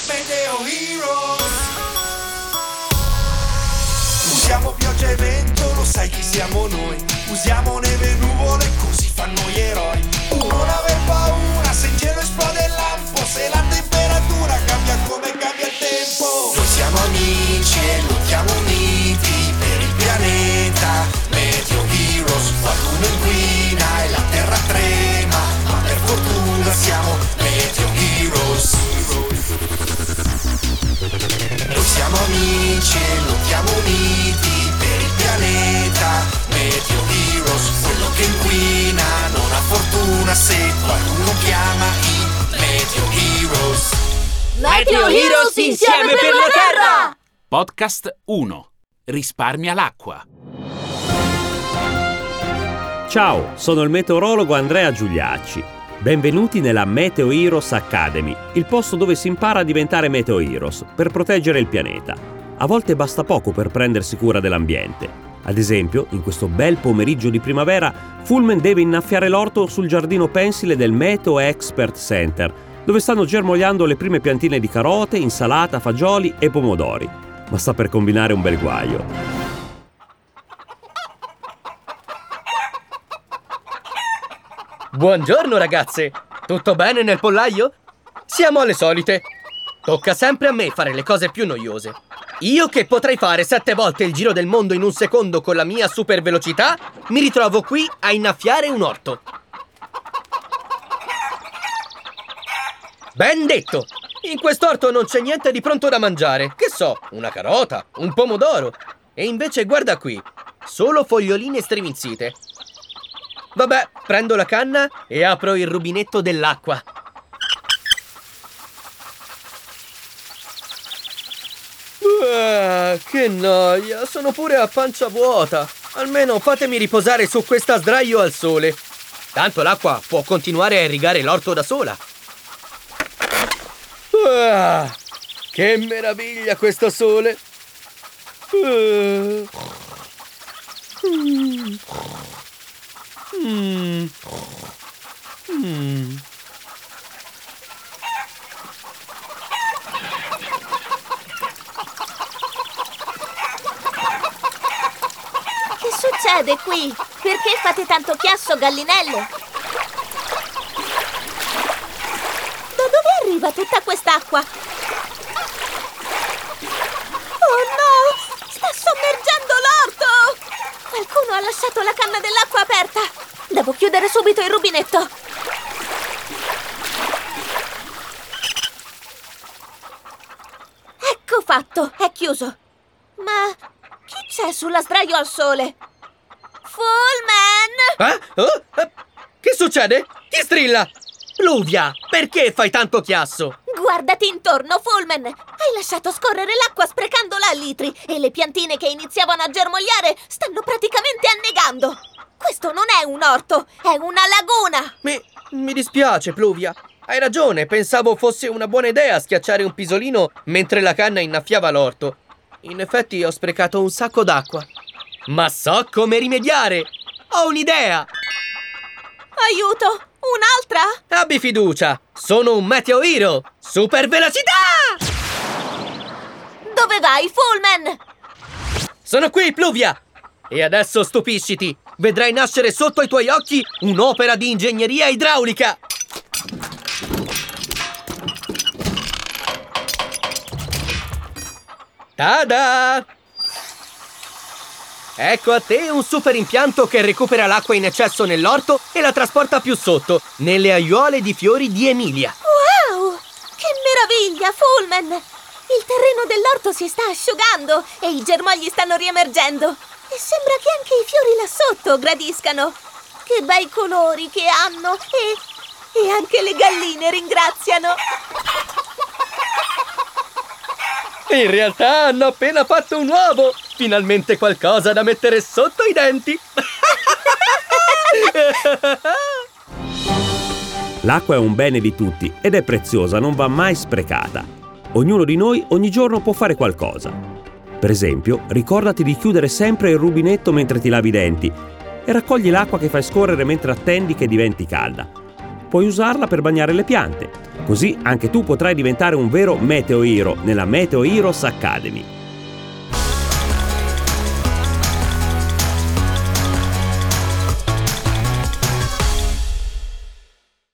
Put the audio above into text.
Meteo Heroes. Usiamo pioggia e vento, lo sai chi siamo noi. Usiamo neve e nuvole, così fanno gli eroi. Non aver paura se in cielo esplode il lampo, se la temperatura cambia come cambia il tempo. Noi siamo amici e lottiamo uniti per il pianeta. Meteo Heroes, qualcuno inquina e la terra trema, ma per fortuna siamo Meteo Heroes. Noi siamo amici e lottiamo uniti per il pianeta. Meteo Heroes, quello che inquina non ha fortuna se qualcuno chiama i Meteo Heroes. Meteo Heroes insieme per la Terra! Podcast 1. Risparmia l'acqua. Ciao, sono il meteorologo Andrea Giuliacci. Benvenuti nella Meteo Heroes Academy, il posto dove si impara a diventare Meteo Heroes per proteggere il pianeta. A volte basta poco per prendersi cura dell'ambiente. Ad esempio, in questo bel pomeriggio di primavera, Fullman deve innaffiare l'orto sul giardino pensile del Meteo Expert Center, dove stanno germogliando le prime piantine di carote, insalata, fagioli e pomodori. Ma sta per combinare un bel guaio. Buongiorno ragazze, tutto bene nel pollaio? Siamo alle solite. Tocca sempre a me fare le cose più noiose. Io che potrei fare 7 volte il giro del mondo in un secondo con la mia super velocità, mi ritrovo qui a innaffiare un orto. Ben detto! In quest'orto non c'è niente di pronto da mangiare. Che so, una carota, un pomodoro. E invece guarda qui, solo foglioline striminzite. Vabbè, prendo la canna e apro il rubinetto dell'acqua. Che noia, sono pure a pancia vuota. Almeno fatemi riposare su questa sdraio al sole. Tanto l'acqua può continuare a irrigare l'orto da sola. Che meraviglia questo sole. Che succede qui? Perché fate tanto chiasso, gallinelle? Da dove arriva tutta quest'acqua? Oh no! Sta sommergendo l'orto! Qualcuno ha lasciato la canna dell'acqua aperta! Devo chiudere subito il rubinetto! Ecco fatto! È chiuso! Ma chi c'è sulla sdraio al sole? Fullman! Che succede? Chi strilla? Pluvia, perché fai tanto chiasso? Guardati intorno, Fullman! Hai lasciato scorrere l'acqua sprecandola a litri e le piantine che iniziavano a germogliare stanno praticamente annegando! Questo non è un orto, è una laguna! Mi dispiace, Pluvia. Hai ragione, pensavo fosse una buona idea schiacciare un pisolino mentre la canna innaffiava l'orto. In effetti ho sprecato un sacco d'acqua. Ma so come rimediare! Ho un'idea! Aiuto! Un'altra? Abbi fiducia! Sono un Meteo Hero! Super velocità! Dove vai, Fullman? Sono qui, Pluvia! E adesso stupisciti! Vedrai nascere sotto i tuoi occhi un'opera di ingegneria idraulica! Tada! Ecco a te un super impianto che recupera l'acqua in eccesso nell'orto e la trasporta più sotto, nelle aiuole di fiori di Emilia. Wow! Che meraviglia, Fullman! Il terreno dell'orto si sta asciugando e i germogli stanno riemergendo. E sembra che anche i fiori là sotto gradiscano. Che bei colori che hanno e anche le galline ringraziano. In realtà hanno appena fatto un uovo! Finalmente qualcosa da mettere sotto i denti! L'acqua è un bene di tutti ed è preziosa, non va mai sprecata. Ognuno di noi ogni giorno può fare qualcosa. Per esempio, ricordati di chiudere sempre il rubinetto mentre ti lavi i denti e raccogli l'acqua che fai scorrere mentre attendi che diventi calda. puoi usarla per bagnare le piante. Così anche tu potrai diventare un vero Meteo Hero nella Meteo Heroes Academy.